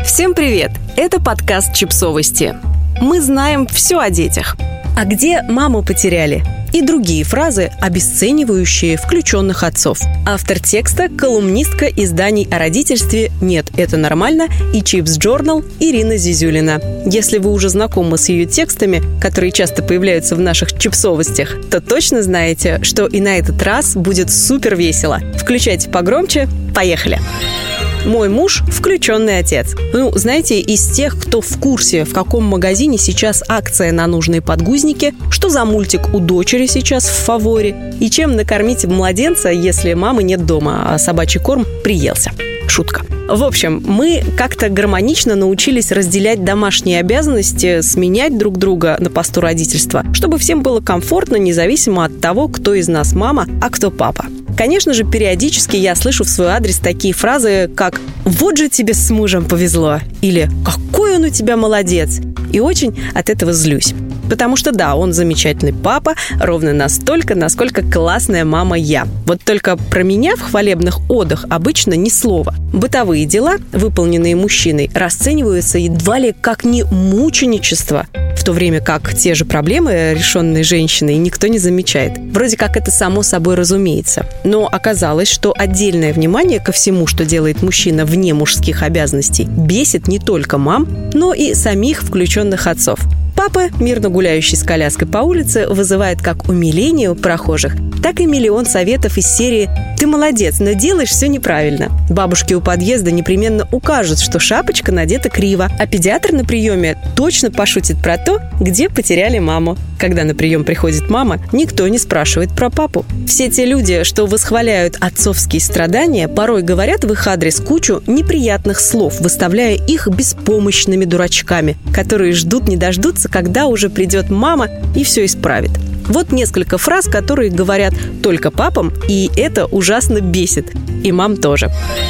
Всем привет! Это подкаст «Чипсовости». Мы знаем все о детях. А где маму потеряли? И другие фразы, обесценивающие включенных отцов. Автор текста – колумнистка изданий о родительстве «Нет, это нормально» и «Чипс Journal» Ирина Зизюлина. Если вы уже знакомы с ее текстами, которые часто появляются в наших чипсовостях, то точно знаете, что и на этот раз будет супер весело. Включайте погромче. Поехали! Мой муж – включенный отец. Знаете, из тех, кто в курсе, в каком магазине сейчас акция на нужные подгузники, что за мультик у дочери сейчас в фаворе, и чем накормить младенца, если мамы нет дома, а собачий корм приелся. Шутка. В общем, мы как-то гармонично научились разделять домашние обязанности, сменять друг друга на посту родительства, чтобы всем было комфортно, независимо от того, кто из нас мама, а кто папа. Конечно же, периодически я слышу в свой адрес такие фразы, как «Вот же тебе с мужем повезло» или «Какой он у тебя молодец!» И очень от этого злюсь. Потому что да, он замечательный папа, ровно настолько, насколько классная мама я. Вот только про меня в хвалебных одах обычно ни слова. Бытовые дела, выполненные мужчиной, расцениваются едва ли как не мученичество, в то время как те же проблемы, решенные женщиной, никто не замечает. Вроде как это само собой разумеется. Но оказалось, что отдельное внимание ко всему, что делает мужчина вне мужских обязанностей, бесит не только мам, но и самих включенных отцов. Папа, мирно гуляющий с коляской по улице, вызывает как умиление у прохожих, так и миллион советов из серии «Ты молодец, но делаешь все неправильно». Бабушки у подъезда непременно укажут, что шапочка надета криво, а педиатр на приеме точно пошутит про то, где потеряли маму. Когда на прием приходит мама, никто не спрашивает про папу. Все те люди, что восхваляют отцовские страдания, порой говорят в их адрес кучу неприятных слов, выставляя их беспомощными дурачками, которые ждут не дождутся, когда уже придет мама и все исправит. Вот несколько фраз, которые говорят только папам, и это ужасно бесит. И мам тоже.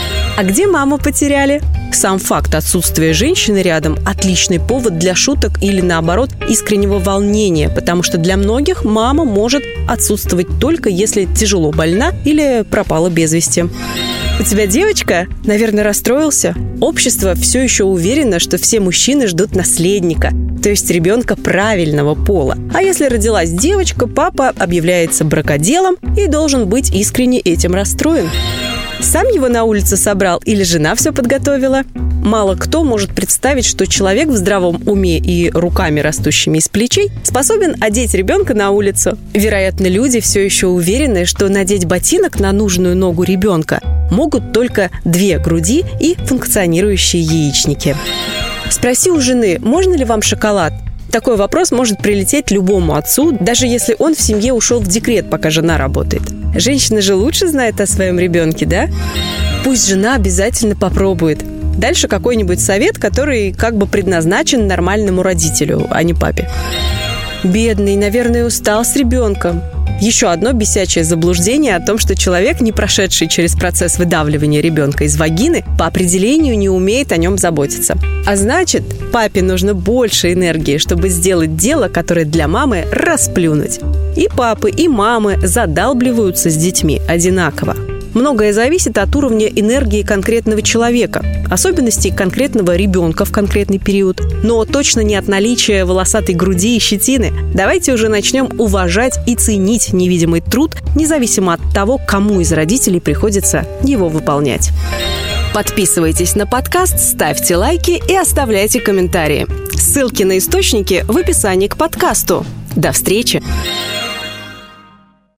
А где маму потеряли? Сам факт отсутствия женщины рядом – отличный повод для шуток или, наоборот, искреннего волнения, потому что для многих мама может отсутствовать только если тяжело больна или пропала без вести. У тебя девочка? Наверное, расстроился? Общество все еще уверено, что все мужчины ждут наследника, то есть ребенка правильного пола. А если родилась девочка, папа объявляется бракоделом и должен быть искренне этим расстроен. Сам его на улице собрал или жена все подготовила? Мало кто может представить, что человек в здравом уме и руками, растущими из плечей, способен одеть ребенка на улицу. Вероятно, люди все еще уверены, что надеть ботинок на нужную ногу ребенка могут только 2 груди и функционирующие яичники. Спроси у жены, можно ли вам шоколад? Такой вопрос может прилететь любому отцу, даже если он в семье ушел в декрет, пока жена работает. Женщина же лучше знает о своем ребенке, да? Пусть жена обязательно попробует. Дальше какой-нибудь совет, который как бы предназначен нормальному родителю, а не папе. Бедный, наверное, устал с ребенком. Еще одно бесячее заблуждение о том, что человек, не прошедший через процесс выдавливания ребенка из вагины, по определению не умеет о нем заботиться. А значит, папе нужно больше энергии, чтобы сделать дело, которое для мамы расплюнуть. И папы, и мамы задалбливаются с детьми одинаково. Многое зависит от уровня энергии конкретного человека, особенностей конкретного ребенка в конкретный период, но точно не от наличия волосатой груди и щетины. Давайте уже начнем уважать и ценить невидимый труд, независимо от того, кому из родителей приходится его выполнять. Подписывайтесь на подкаст, ставьте лайки и оставляйте комментарии. Ссылки на источники в описании к подкасту. До встречи!